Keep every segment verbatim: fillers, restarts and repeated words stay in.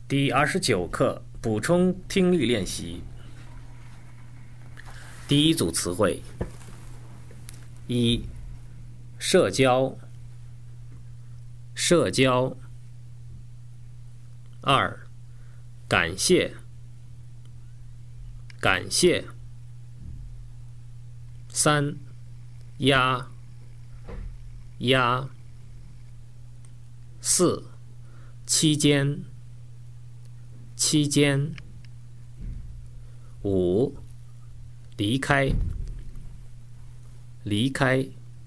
第二十九课补充听力练习。第一组词汇：一、社交，社交；二、感谢，感谢；三、压，压；四、期间，期间；五、离开，离开；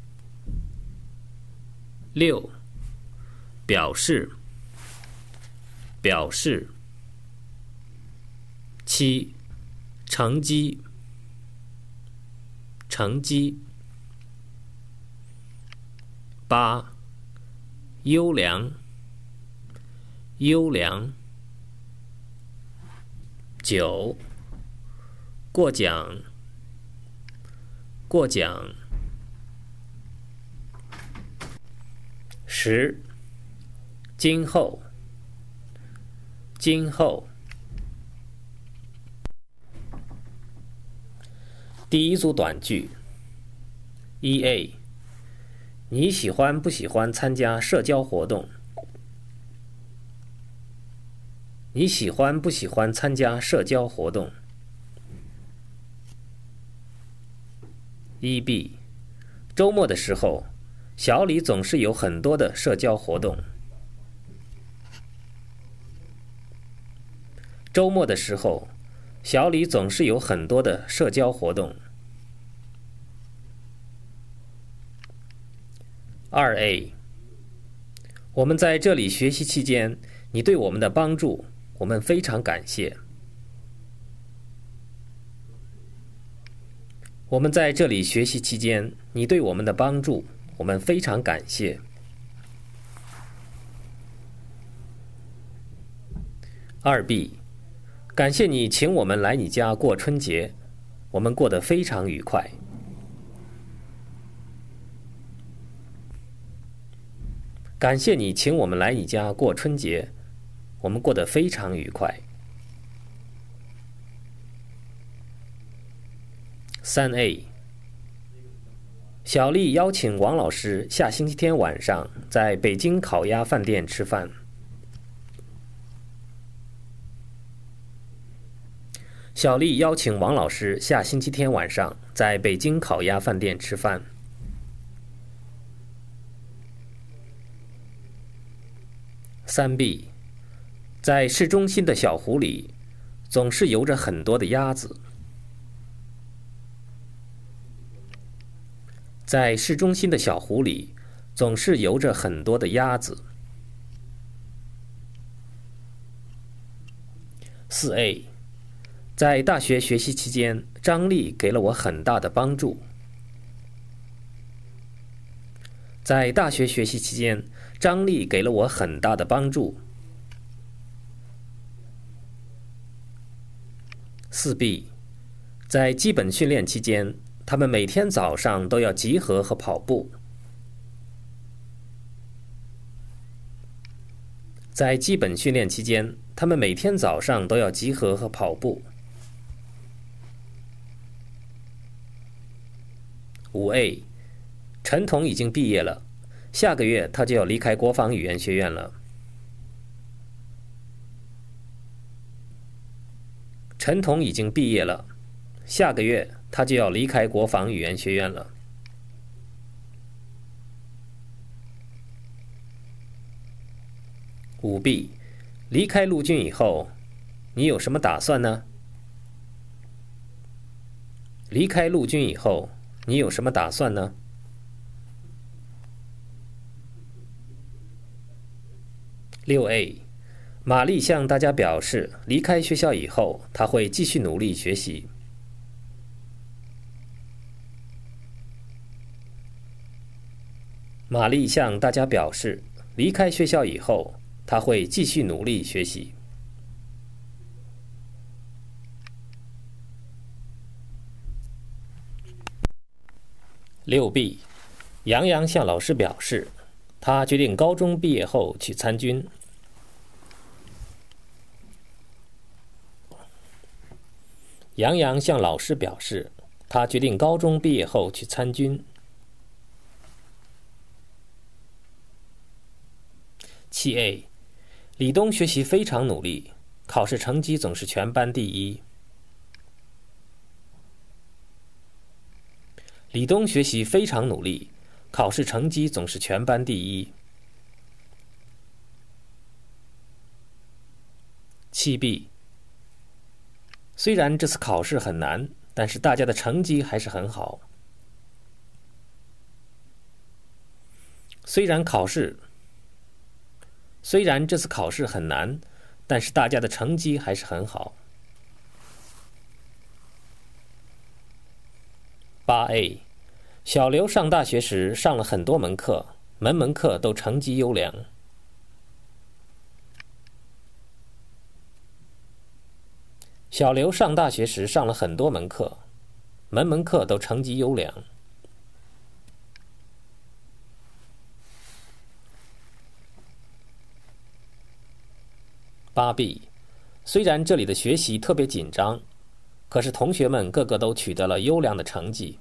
六、表示，表示；七、成绩，成绩；八、优良，优良；九、过奖，过奖；十、今后，今后。第一组短句。一 A， 你喜欢不喜欢参加社交活动？你喜欢不喜欢参加社交活动？一 B， 周末的时候，小李总是有很多的社交活动。周末的时候，小李总是有很多的社交活动。二 A， 我们在这里学习期间，你对我们的帮助，我们非常感谢。我们在这里学习期间，你对我们的帮助，我们非常感谢。二 B， 感谢你请我们来你家过春节，我们过得非常愉快。感谢你请我们来你家过春节，我们过得非常愉快。三 A， 小丽邀请王老师下星期天晚上在北京烤鸭饭店吃饭。小丽邀请王老师下星期天晚上在北京烤鸭饭店吃饭。三 B， 在市中心的小湖里，总是游着很多的鸭子。在市中心的小湖里，总是游着很多的鸭子。四 A， 在大学学习期间，张丽给了我很大的帮助。在大学学习期间，张丽给了我很大的帮助。四 B， 在基本训练期间，他们每天早上都要集合和跑步。在基本训练期间，他们每天早上都要集合和跑步。五 A， 陈彤已经毕业了，下个月他就要离开国防语言学院了。陈彤已经毕业了，下个月他就要离开国防语言学院了。五 B， 离开陆军以后，你有什么打算呢？离开陆军以后，你有什么打算呢？六 A， 玛丽向大家表示，离开学校以后，她会继续努力学习。玛丽向大家表示，离开学校以后，她会继续努力学习。六 B， 杨洋向老师表示，他决定高中毕业后去参军。 杨洋向老师表示，他决定高中毕业后去参军。七 A， 李东学习非常努力，考试成绩总是全班第一。李东学习非常努力，考试成绩总是全班第一。七 B， 虽然这次考试很难，但是大家的成绩还是很好。虽然考试，虽然这次考试很难，但是大家的成绩还是很好。八 A， 小刘上大学时上了很多门课，门门课都成绩优良。小刘上大学时上了很多门课，门门课都成绩优良。八 B， 虽然这里的学习特别紧张，可是同学们个个都取得了优良的成绩。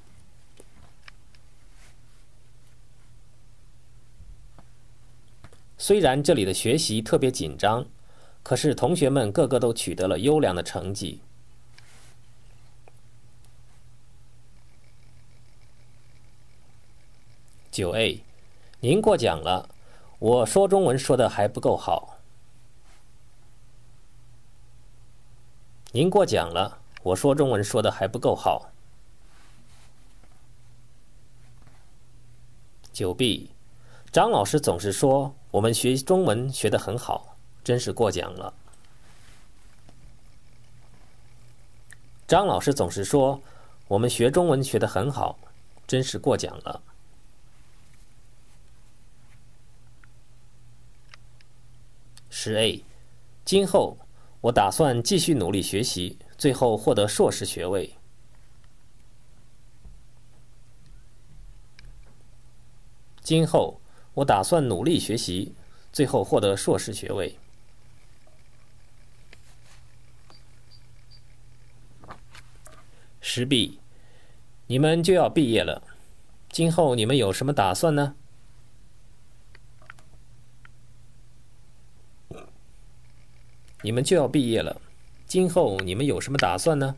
虽然这里的学习特别紧张，可是同学们个个都取得了优良的成绩。九 A， 您过奖了，我说中文说的还不够好。您过奖了，我说中文说的还不够好。九 B， 张老师总是说我们学中文学得很好，真是过奖了。张老师总是说我们学中文学得很好，真是过奖了。十 A， 今后我打算继续努力学习，最后获得硕士学位。今后我打算努力学习，最后获得硕士学位。十 B， 你们就要毕业了，今后你们有什么打算呢？你们就要毕业了，今后你们有什么打算呢？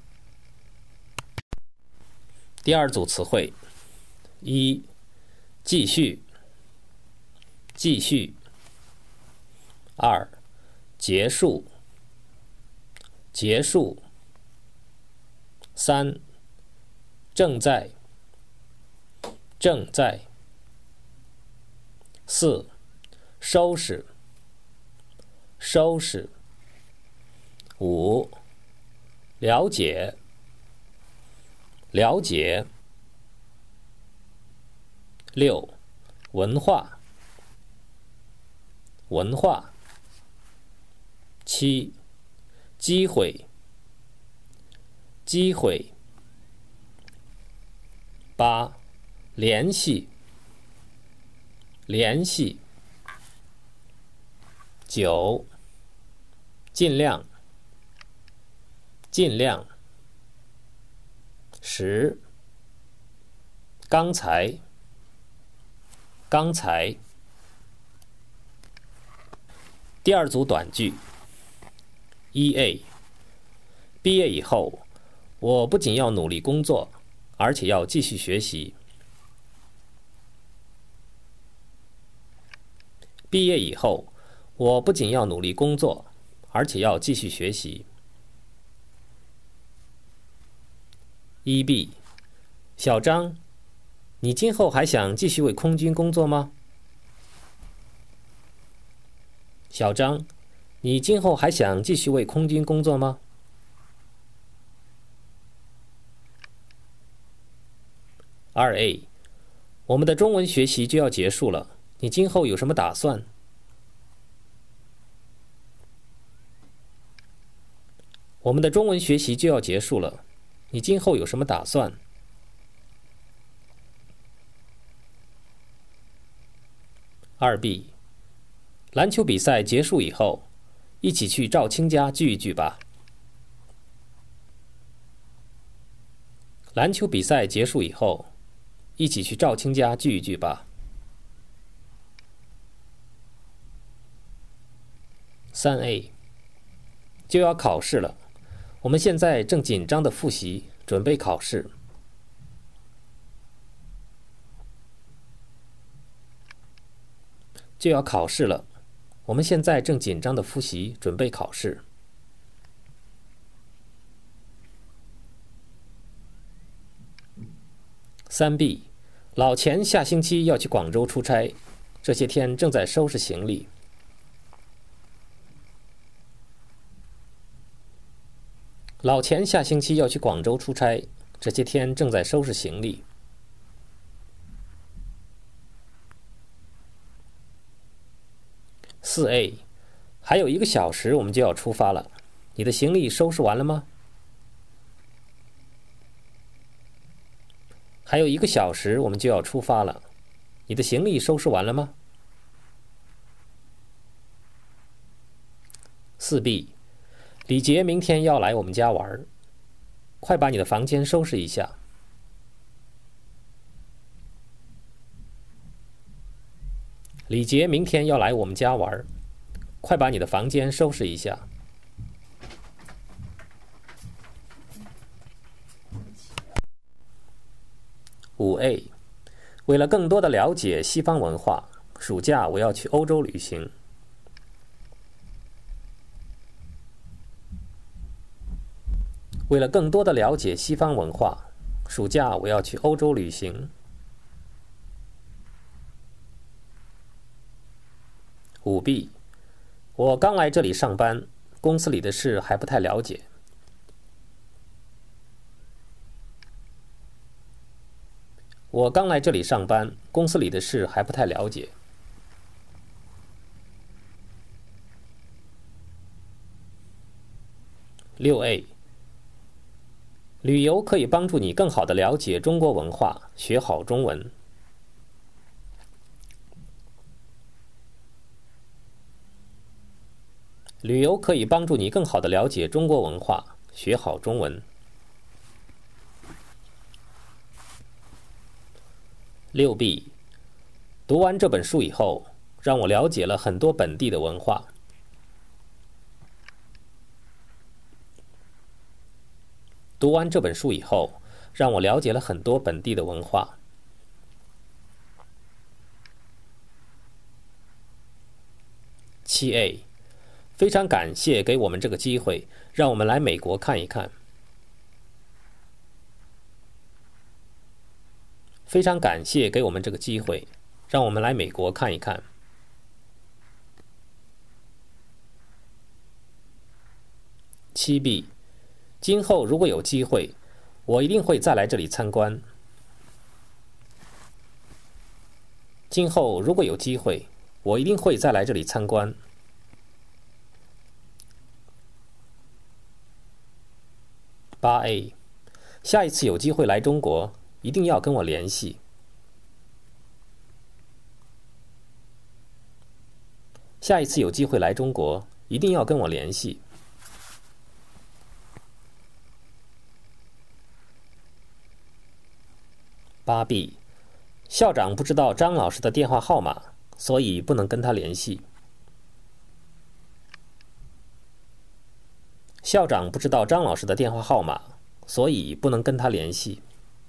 第二组词汇：一、继续，继续；二、结束，结束；三、正在，正在；四、收拾，收拾；五、了解，了解；六、文化，文化；七、机会，机会；八、联系，联系；九、尽量，尽量；十、刚才，刚才。第二组短句：一 A， 毕业以后，我不仅要努力工作，而且要继续学习。毕业以后，我不仅要努力工作，而且要继续学习。一 B， 小张，你今后还想继续为空军工作吗？小张，你今后还想继续为空军工作吗？二 A， 我们的中文学习就要结束了，你今后有什么打算？我们的中文学习就要结束了，你今后有什么打算？二 B， 篮球比赛结束以后，一起去赵青家聚一聚吧。 篮球比赛结束以后，一起去赵青家聚一聚吧。三 A， 就要考试了，我们现在正紧张的复习，准备考试。就要考试了，我们现在正紧张的复习，准备考试。三 B， 老钱下星期要去广州出差，这些天正在收拾行李。老钱下星期要去广州出差，这些天正在收拾行李。四 A， 还有一个小时我们就要出发了，你的行李收拾完了吗？还有一个小时我们就要出发了，你的行李收拾完了吗？四 B， 李杰明天要来我们家玩，快把你的房间收拾一下。李杰明天要来我们家玩，快把你的房间收拾一下。五 A， 为了更多的了解西方文化，暑假我要去欧洲旅行。为了更多的了解西方文化，暑假我要去欧洲旅行。五 B， 我刚来这里上班，公司里的事还不太了解。我刚来这里上班，公司里的事还不太了解。六 A， 旅游可以帮助你更好地了解中国文化，学好中文。旅游可以帮助你更好地了解中国文化，学好中文。六 B， 读完这本书以后，让我了解了很多本地的文化。读完这本书以后，让我了解了很多本地的文化。七 A， 非常感谢给我们这个机会，让我们来美国看一看。非常感谢给我们这个机会，让我们来美国看一看。七 B， 今后如果有机会，我一定会再来这里参观。今后如果有机会，我一定会再来这里参观。八 A， 下一次有机会来中国，一定要跟我联系。下一次有机会来中国，一定要跟我联系。八 B， 校长不知道张老师的电话号码，所以不能跟他联系。校长不知道张老师的电话号码，所以不能跟他联系。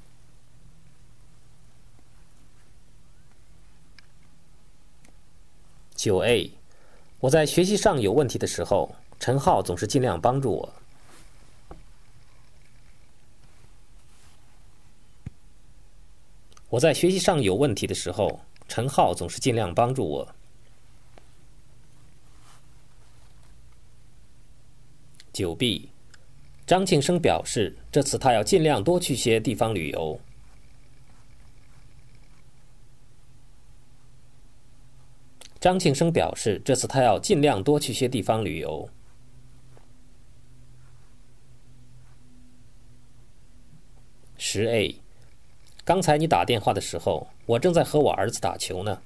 九 A， 我在学习上有问题的时候，陈浩总是尽量帮助我。我在学习上有问题的时候，陈浩总是尽量帮助我。九 B， 张庆生表示，这次他要尽量多去些地方旅游。张庆生表示，这次他要尽量多去些地方旅游。十 A， 刚才你打电话的时候，我正在和我儿子打球呢。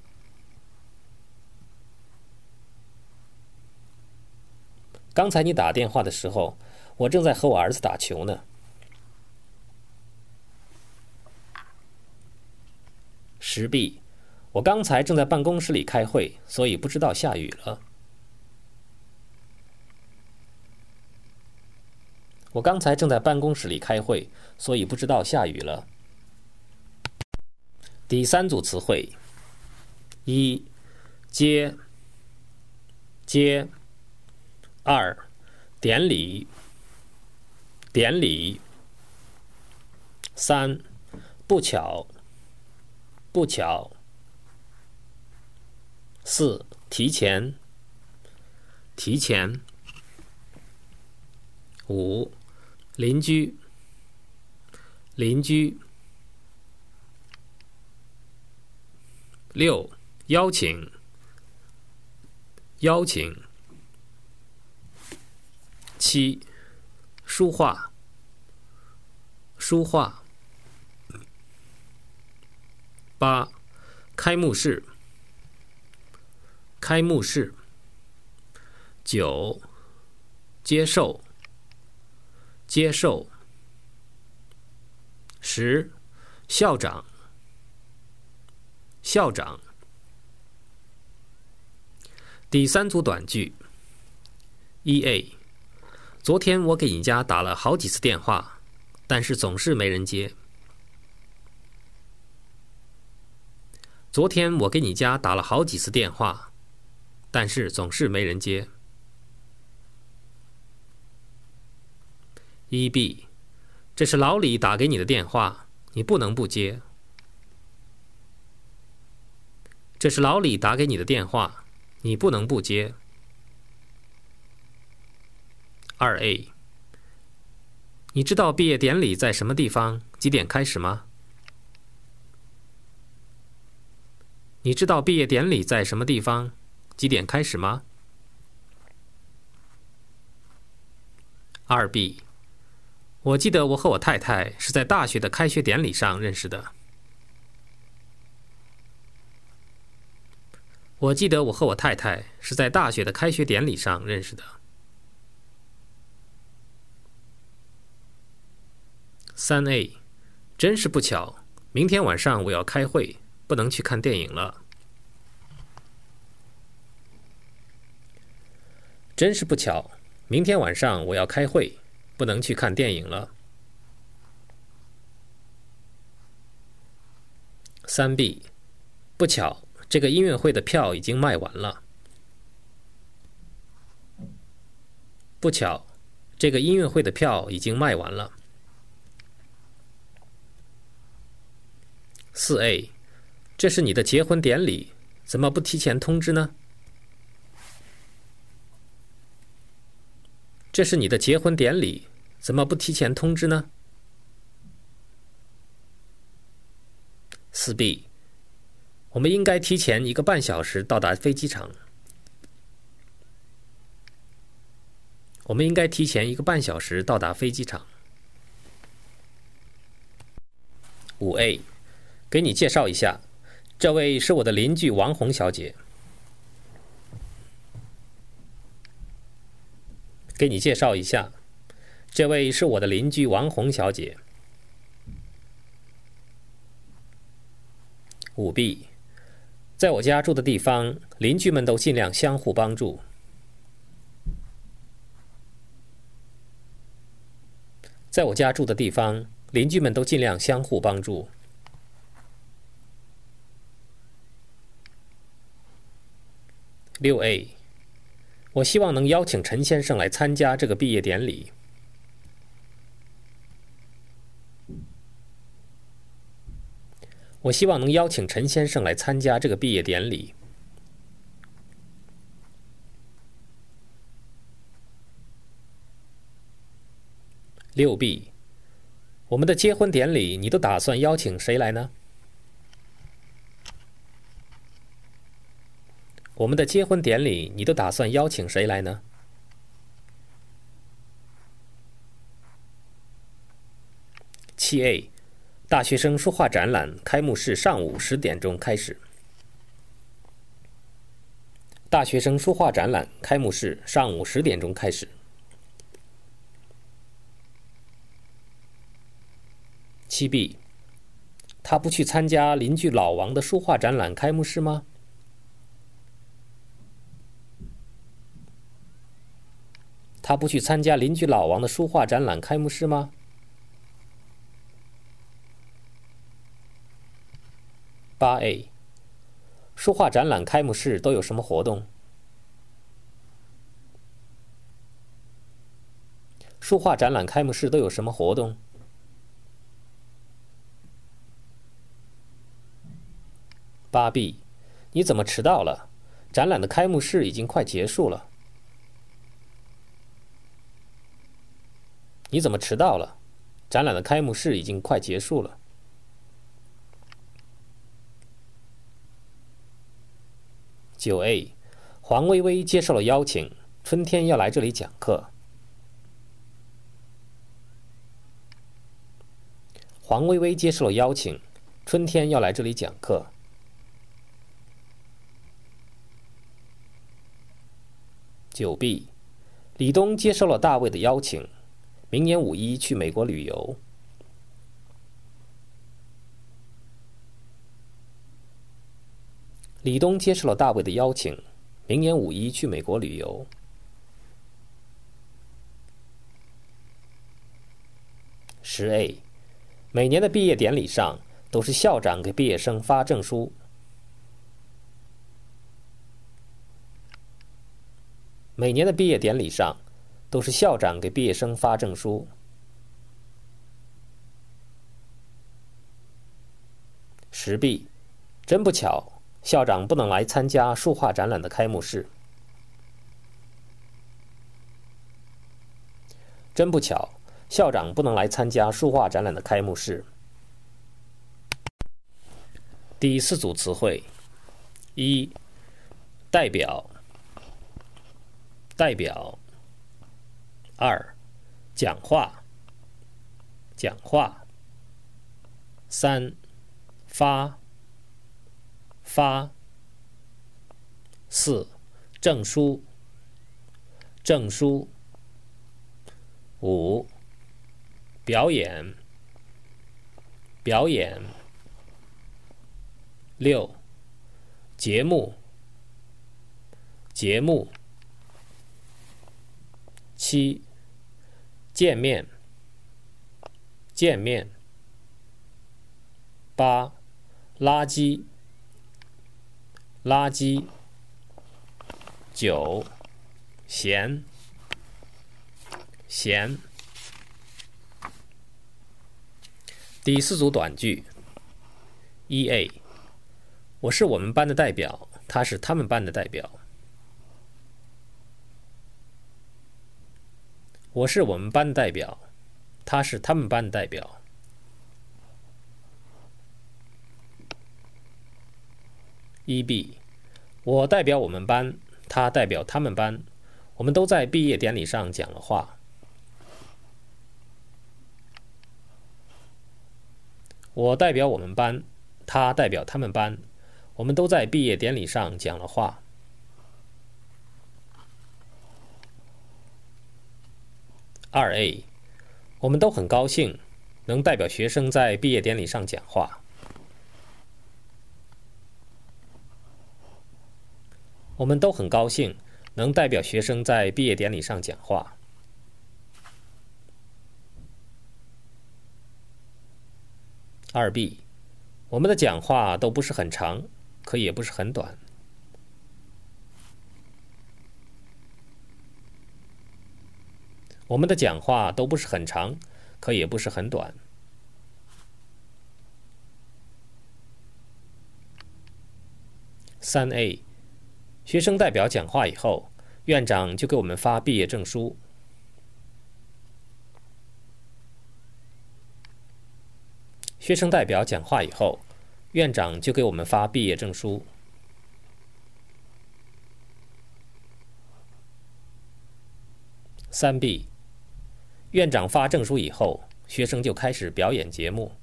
刚才你打电话的时候，我正在和我儿子打球呢。 十 B， 我刚才正在办公室里开会，所以不知道下雨了。我刚才正在办公室里开会，所以不知道下雨了。第三组词汇：一、接，接；二、典礼，典礼；三、不巧，不巧；四、提前，提前；五、邻居，邻居；六、邀请，邀请；七、书画，书画；八、开幕式，开幕式；九、接受，接受；十、校长，校长。第三组短句：一 A， 昨天我给你家打了好几次电话，但是总是没人接。昨天我给你家打了好几次电话，但是总是没人接。一 B， 这是老李打给你的电话，你不能不接。这是老李打给你的电话，你不能不接。二 A， 你知道毕业典礼在什么地方，几点开始吗？你知道毕业典礼在什么地方，几点开始吗？二 B， 我记得我和我太太是在大学的开学典礼上认识的。我记得我和我太太是在大学的开学典礼上认识的。三 A， 真是不巧，明天晚上我要开会，不能去看电影了。真是不巧，明天晚上我要开会，不能去看电影了。三 B， 不巧，这个音乐会的票已经卖完了。不巧，这个音乐会的票已经卖完了。四 A， 这是你的结婚典礼，怎么不提前通知呢？这是你的结婚典礼，怎么不提前通知呢？四 B， 我们应该提前一个半小时到达飞机场。我们应该提前一个半小时到达飞机场。五 A， 给你介绍一下，这位是我的邻居王红小姐。给你介绍一下，这位是我的邻居王红小姐。五 B， 在我家住的地方，邻居们都尽量相互帮助。在我家住的地方，邻居们都尽量相互帮助。六 A， 我希望能邀请陈先生来参加这个毕业典礼。我希望能邀请陈先生来参加这个毕业典礼。六 B， 我们的结婚典礼你都打算邀请谁来呢？我们的结婚典礼你都打算邀请谁来呢？七 A， 大学生说话展览开幕式上午十点钟开始。大学生说话展览开幕式上午十点钟开始。七 B， 他不去参加邻居老王的书画展览开幕式吗？他不去参加邻居老王的书画展览开幕式吗？八 A， 书画展览开幕式都有什么活动？书画展览开幕式都有什么活动？八 B， 你怎么迟到了？展览的开幕式已经快结束了。你怎么迟到了？展览的开幕式已经快结束了。九 A， 黄薇薇接受了邀请，春天要来这里讲课。黄薇薇接受了邀请，春天要来这里讲课。九 B， 李东接受了大卫的邀请，明年五一去美国旅游。李东接受了大卫的邀请，明年五一去美国旅游。十 A， 每年的毕业典礼上都是校长给毕业生发证书。每年的毕业典礼上都是校长给毕业生发证书。十 B， 真不巧。校长不能来参加书画展览的开幕式。真不巧，校长不能来参加书画展览的开幕式。第四组词汇：一、代表，代表；二、讲话，讲话；三、发。发。四、证书，证书。五、表演，表演。六、节目，节目。七、见面，见面。八、垃圾，垃圾。九、闲，闲。第四组短句。一 A， 我是我们班的代表，他是他们班的代表。我是我们班的代表，他是他们班的代表。一 B， 我代表我们班，他代表他们班，我们都在毕业典礼上讲了话。我代表我们班，他代表他们班，我们都在毕业典礼上讲了话。二 A， 我们都很高兴能代表学生在毕业典礼上讲话。我们都很高兴能代表学生在毕业典礼上讲话。二 B， 我们的讲话都不是很长，可也不是很短。我们的讲话都不是很长，可也不是很短。三 A， 学生代表讲话以后，院长就给我们发毕业证书。学生代表讲话以后，院长就给我们发毕业证书。三 B， 院长发证书以后，学生就开始表演节目。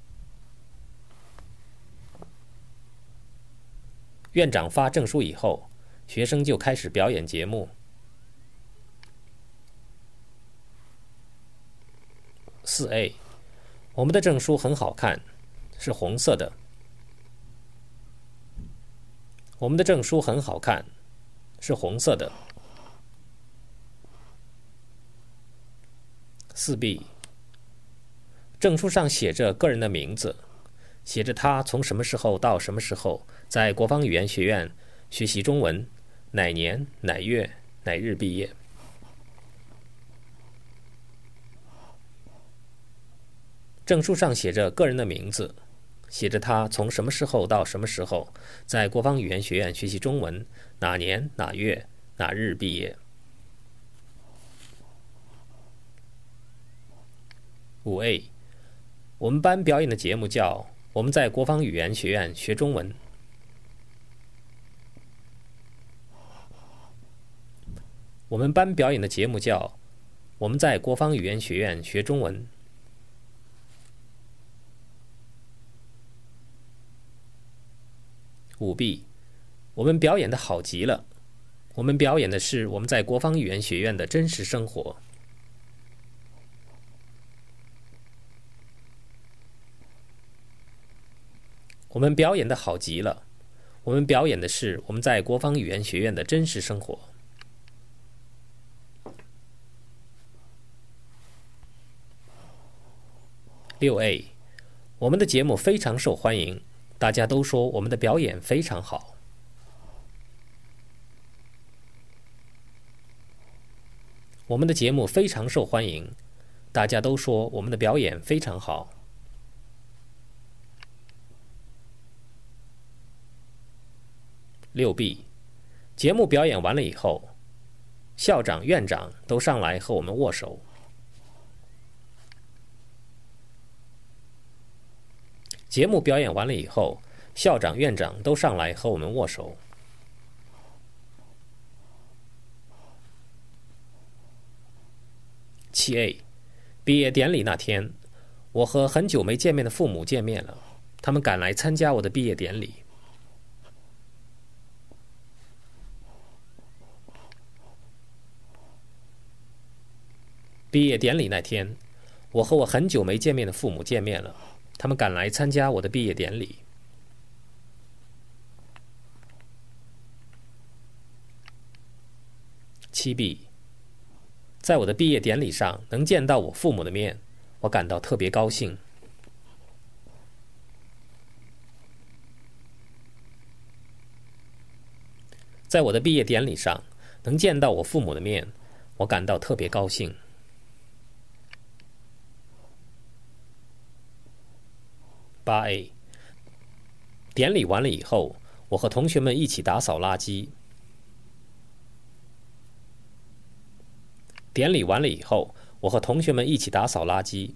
院长发证书以后，学生就开始表演节目。四 A， 我们的证书很好看， 是红色的。我们的证书很好看，是红色的。四 B， 证书上写着个人的名字，写着他从什么时候到什么时候在国防语言学院学习中文，哪年哪月哪日毕业。证书上写着个人的名字，写着他从什么时候到什么时候在国防语言学院学习中文，哪年哪月哪日毕业。五 A， 我们班表演的节目叫《我们在国防语言学院学中文》。我们班表演的节目叫《我们在国防语言学院学中文》。五 B， 我们表演的好极了。我们表演的是我们在国防语言学院的真实生活。我们表演的好极了。我们表演的是我们在国防语言学院的真实生活。六 A， 我们的节目非常受欢迎，大家都说我们的表演非常好。我们的节目非常受欢迎，大家都说我们的表演非常好。六 B， 节目表演完了以后，校长、院长都上来和我们握手。节目表演完了以后，校长、院长都上来和我们握手。七 A， 毕业典礼那天，我和很久没见面的父母见面了，他们赶来参加我的毕业典礼。毕业典礼那天，我和我很久没见面的父母见面了，他们赶来参加我的毕业典礼。七 B， 在我的毕业典礼上能见到我父母的面，我感到特别高兴。在我的毕业典礼上能见到我父母的面，我感到特别高兴。八 A， 典礼完了以后，我和同学们一起打扫垃圾。典礼完了以后，我和同学们一起打扫垃圾。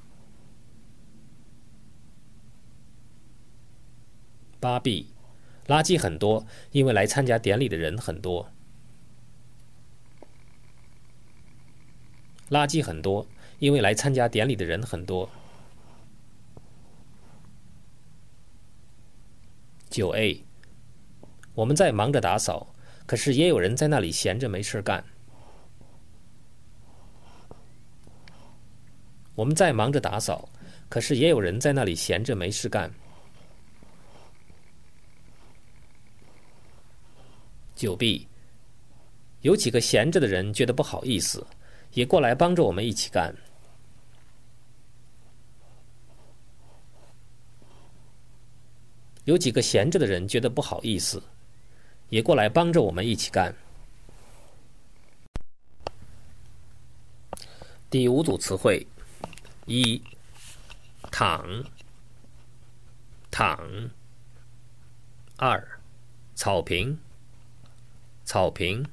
八 B， 垃圾很多，因为来参加典礼的人很多。垃圾很多，因为来参加典礼的人很多。九 A， 我们在忙着打扫，可是也有人在那里闲着没事干。我们在忙着打扫，可是也有人在那里闲着没事干。九 B， 有几个闲着的人觉得不好意思，也过来帮着我们一起干。有几个闲着的人觉得不好意思，也过来帮着我们一起干。第五组词汇：一、躺，躺；二、草坪，草坪；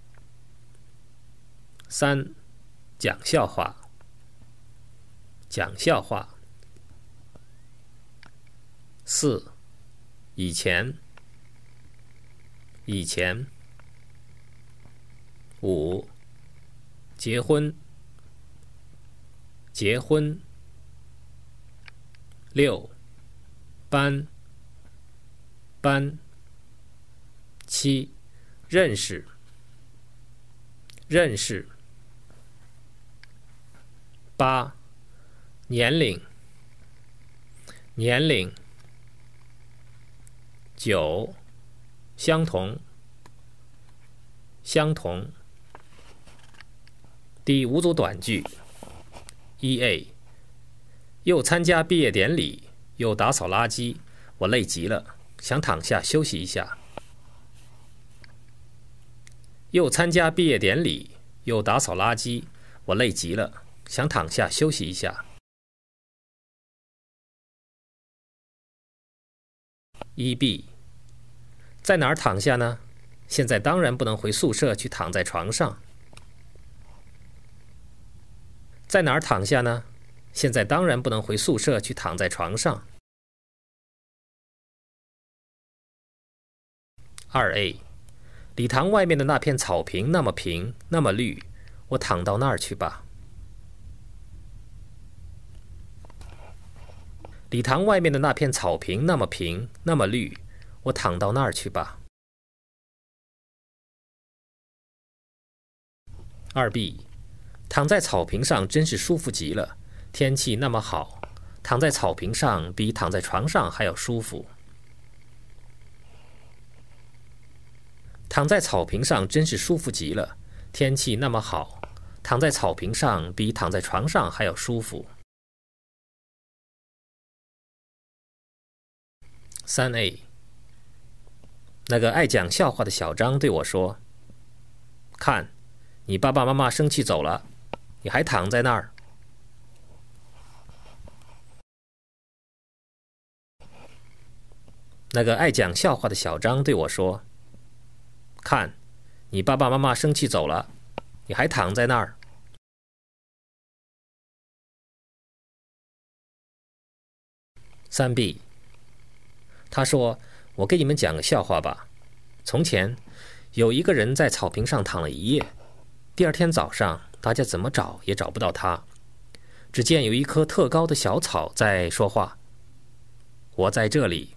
三、讲笑话，讲笑话；四、以前，以前；五、结婚，结婚；六、班，班；七、认识，认识；八、年龄， 年龄，九，相同，相同。第五组短句。一 A， 又参加毕业典礼，又打扫垃圾，我累极了，想躺下休息一下。又参加毕业典礼，又打扫垃圾，我累极了，想躺下休息一下。一 B， 在哪儿躺下呢？现在当然不能回宿舍去躺在床上。在哪儿躺下呢？现在当然不能回宿舍去躺在床上。二 A， 礼堂外面的那片草坪那么平，那么绿，我躺到那儿去吧。礼堂外面的那片草坪那么平，那么绿，我躺到那儿去吧。二 B， 躺在草坪上真是舒服极了，天气那么好，躺在草坪上比躺在床上还要舒服。躺在草坪上真是舒服极了，天气那么好，躺在草坪上比躺在床上还要舒服。三 A， 那个爱讲笑话的小张对我说：“看，你爸爸妈妈生气走了，你还躺在那儿。”那个爱讲笑话的小张对我说：“看，你爸爸妈妈生气走了，你还躺在那儿。”三 B， 他说：“我给你们讲个笑话吧。从前，有一个人在草坪上躺了一夜，第二天早上，大家怎么找也找不到他，只见有一棵特高的小草在说话：‘我在这里。’”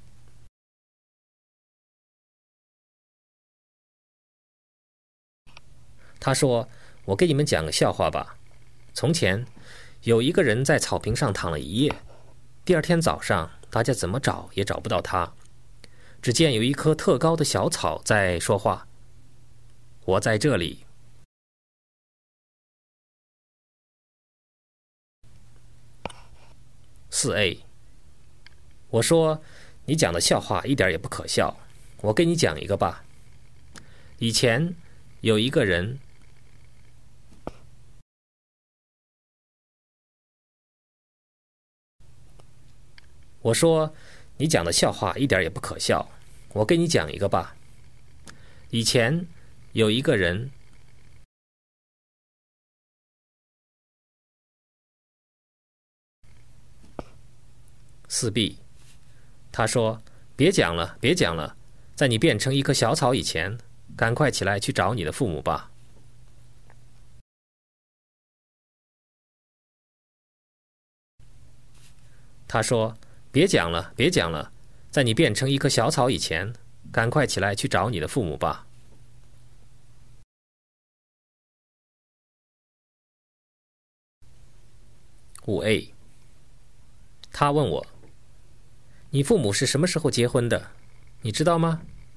他说：“我给你们讲个笑话吧。从前，有一个人在草坪上躺了一夜，第二天早上，大家怎么找也找不到他，只见有一棵特高的小草在说话：‘我在这里。’”四 A， 我说：“你讲的笑话一点也不可笑，我给你讲一个吧。以前有一个人。”我说：“你讲的笑话一点也不可笑，我给你讲一个吧。以前有一个人。”四 B， 他说：“别讲了，别讲了，在你变成一棵小草以前，赶快起来去找你的父母吧。”他说：“别讲了，别讲了，在你变成一棵小草以前，赶快起来去找你的父母吧。”五 A， 他问我：“你父母是什么时候结婚的？你知道吗？”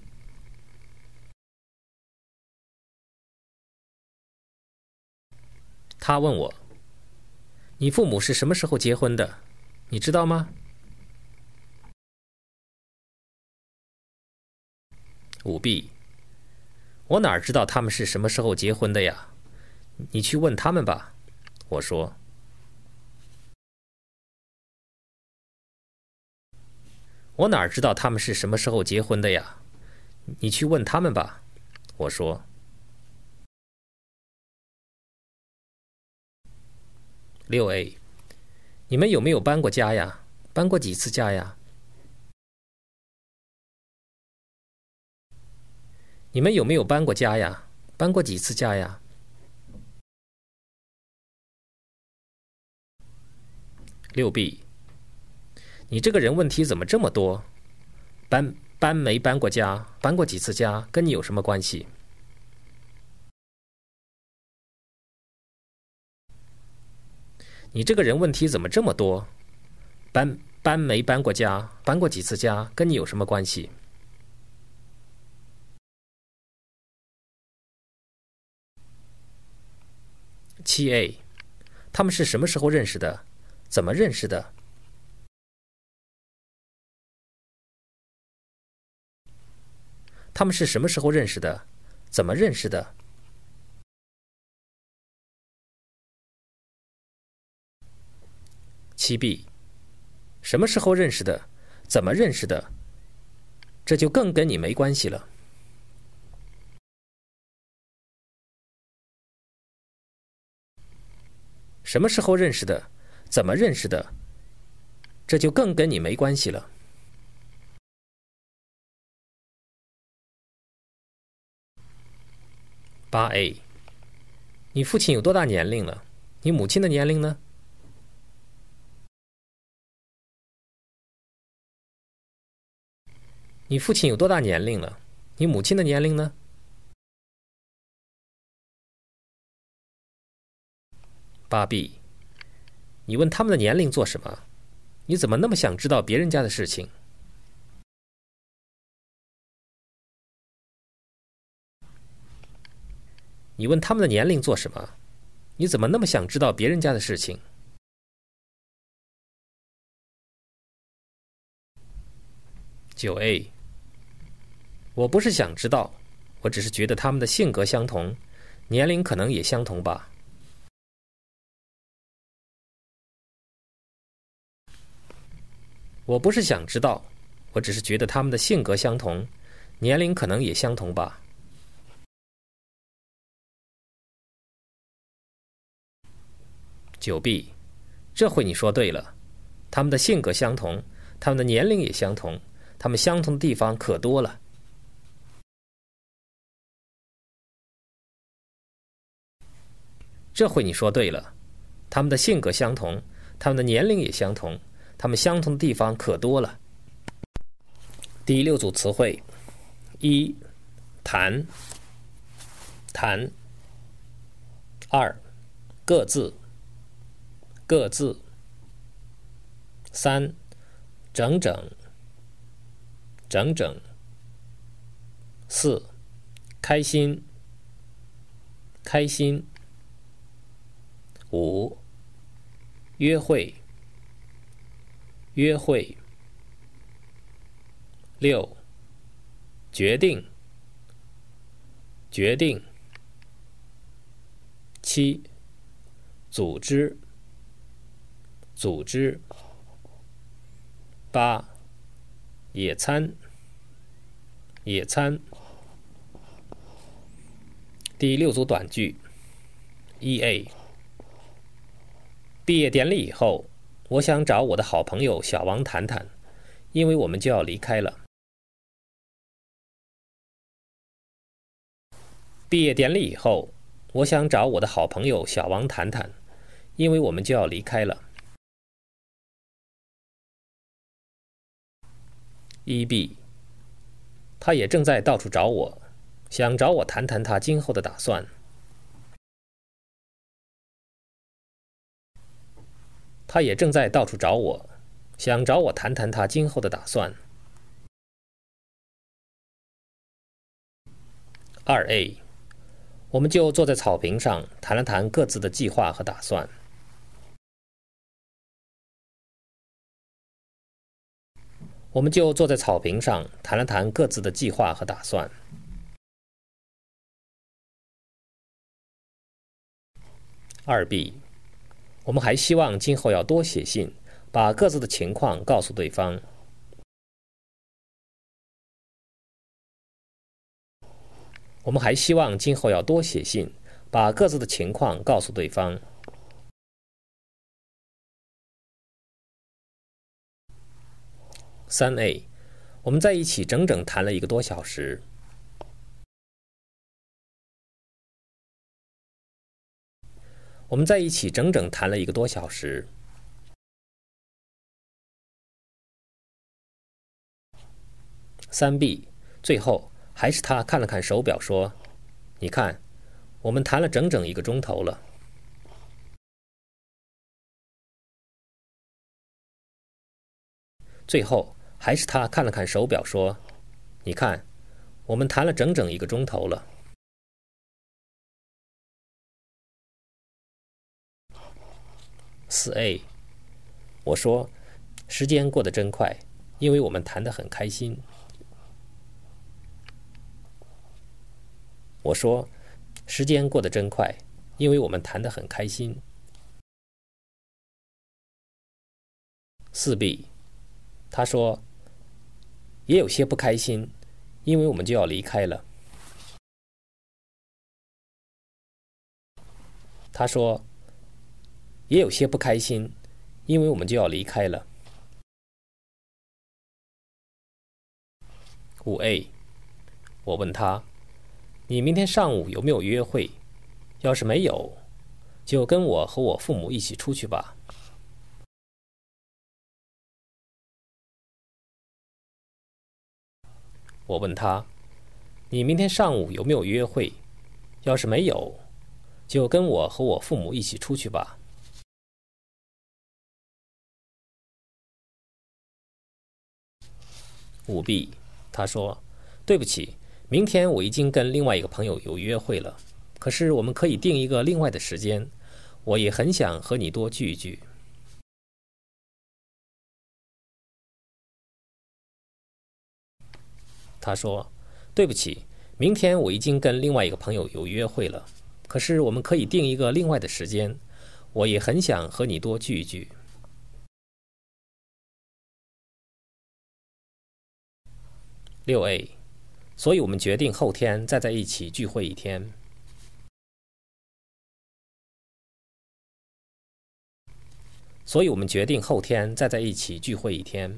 他问我：“你父母是什么时候结婚的？你知道吗？”五 B， 我哪知道他们是什么时候结婚的呀？你去问他们吧。我说。我哪知道他们是什么时候结婚的呀？你去问他们吧。我说。六 A， 你们有没有搬过家呀？搬过几次家呀？你们有没有搬过家呀？搬过几次家呀？六 B， 你这个人问题怎么这么多？搬搬没搬过家，搬过几次家，跟你有什么关系？你这个人问题怎么这么多？搬搬没搬过家，搬过几次家，跟你有什么关系？七 A， 他们是什么时候认识的？怎么认识的？他们是什么时候认识的？怎么认识的？七 B， 什么时候认识的？怎么认识的？这就更跟你没关系了。什么时候认识的？怎么认识的？这就更跟你没关系了。八 A， 你父亲有多大年龄了？你母亲的年龄呢？你父亲有多大年龄了？你母亲的年龄呢？八 B， 你问他们的年龄做什么？你怎么那么想知道别人家的事情？你问他们的年龄做什么？你怎么那么想知道别人家的事情？九 A， 我不是想知道，我只是觉得他们的性格相同，年龄可能也相同吧。我不是想知道，我只是觉得他们的性格相同，年龄可能也相同吧。九 B， 这回你说对了，他们的性格相同，他们的年龄也相同，他们相同的地方可多了。这回你说对了，他们的性格相同，他们的年龄也相同，他们相同的地方可多了。第六组词汇：一、谈，谈；二、各自，各自；三、整整，整整；四、开心，开心；五、约会，约会；六、决定，决定；七、组织，组织；八、野餐，野餐。第六组短句：一 A， 毕业典礼以后，我想找我的好朋友小王谈谈，因为我们就要离开了。毕业典礼以后，我想找我的好朋友小王谈谈，因为我们就要离开了。一 B， 他也正在到处找我，想找我谈谈他今后的打算。他也正在到处找我，想找我谈谈他今后的打算。二 A， 我们就坐在草坪上谈了谈各自的计划和打算。我们就坐在草坪上谈了谈各自的计划和打算。二 B， 我们还希望今后要多写信，把各自的情况告诉对方。我们还希望今后要多写信，把各自的情况告诉对方。三 A， 我们在一起整整谈了一个多小时。我们在一起整整谈了一个多小时。三 B， 最后还是他看了看手表说：“你看，我们谈了整整一个钟头了。” 最后还是他看了看手表说：“你看，我们谈了整整一个钟头了。”四 A， 我说：“时间过得真快，因为我们谈得很开心。”我说：“时间过得真快，因为我们谈得很开心。”四 B， 他说：“也有些不开心，因为我们就要离开了。”他说：“也有些不开心，因为我们就要离开了。”五 A， 我问他：“你明天上午有没有约会？要是没有，就跟我和我父母一起出去吧。”我问他：“你明天上午有没有约会？要是没有，就跟我和我父母一起出去吧。”五 B， 他说：“对不起，明天我已经跟另外一个朋友有约会了，可是我们可以定一个另外的时间，我也很想和你多聚一聚。”他说：“对不起，明天我已经跟另外一个朋友有约会了，可是我们可以定一个另外的时间，我也很想和你多聚一聚。”六 A， 所以我们决定后天再在一起聚会一天。所以我们决定后天再在一起聚会一天。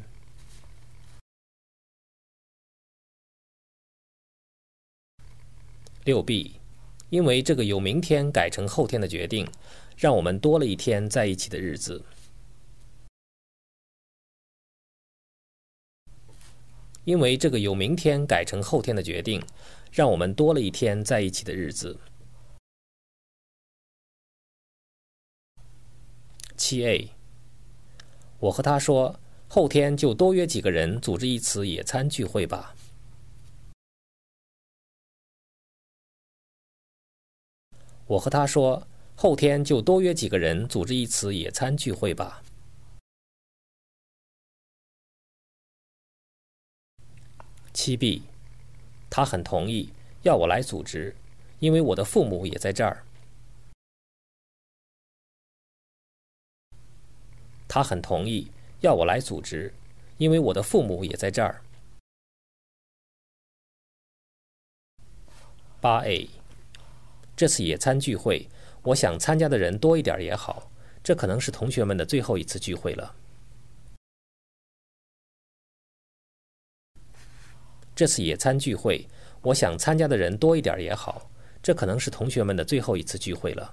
六 B， 因为这个由明天改成后天的决定，让我们多了一天在一起的日子。因为这个由明天改成后天的决定，让我们多了一天在一起的日子。七 A， 我和他说，后天就多约几个人组织一次野餐聚会吧。我和他说，后天就多约几个人组织一次野餐聚会吧。七 B， 他很同意，要我来组织，因为我的父母也在这儿。他很同意，要我来组织，因为我的父母也在这儿。八 A， 这次野餐聚会，我想参加的人多一点也好，这可能是同学们的最后一次聚会了。这次野餐聚会，我想参加的人多一点也好，这可能是同学们的最后一次聚会了。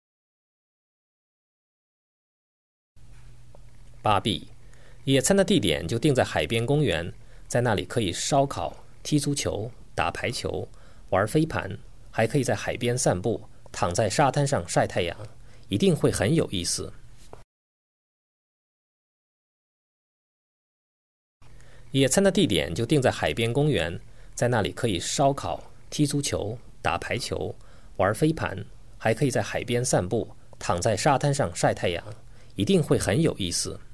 八 B， 野餐的地点就定在海边公园，在那里可以烧烤、踢足球、打排球、玩飞盘，还可以在海边散步，躺在沙滩上晒太阳，一定会很有意思。野餐的地点就定在海边公园，在那里可以烧烤、踢足球、打排球、玩飞盘，还可以在海边散步，躺在沙滩上晒太阳，一定会很有意思。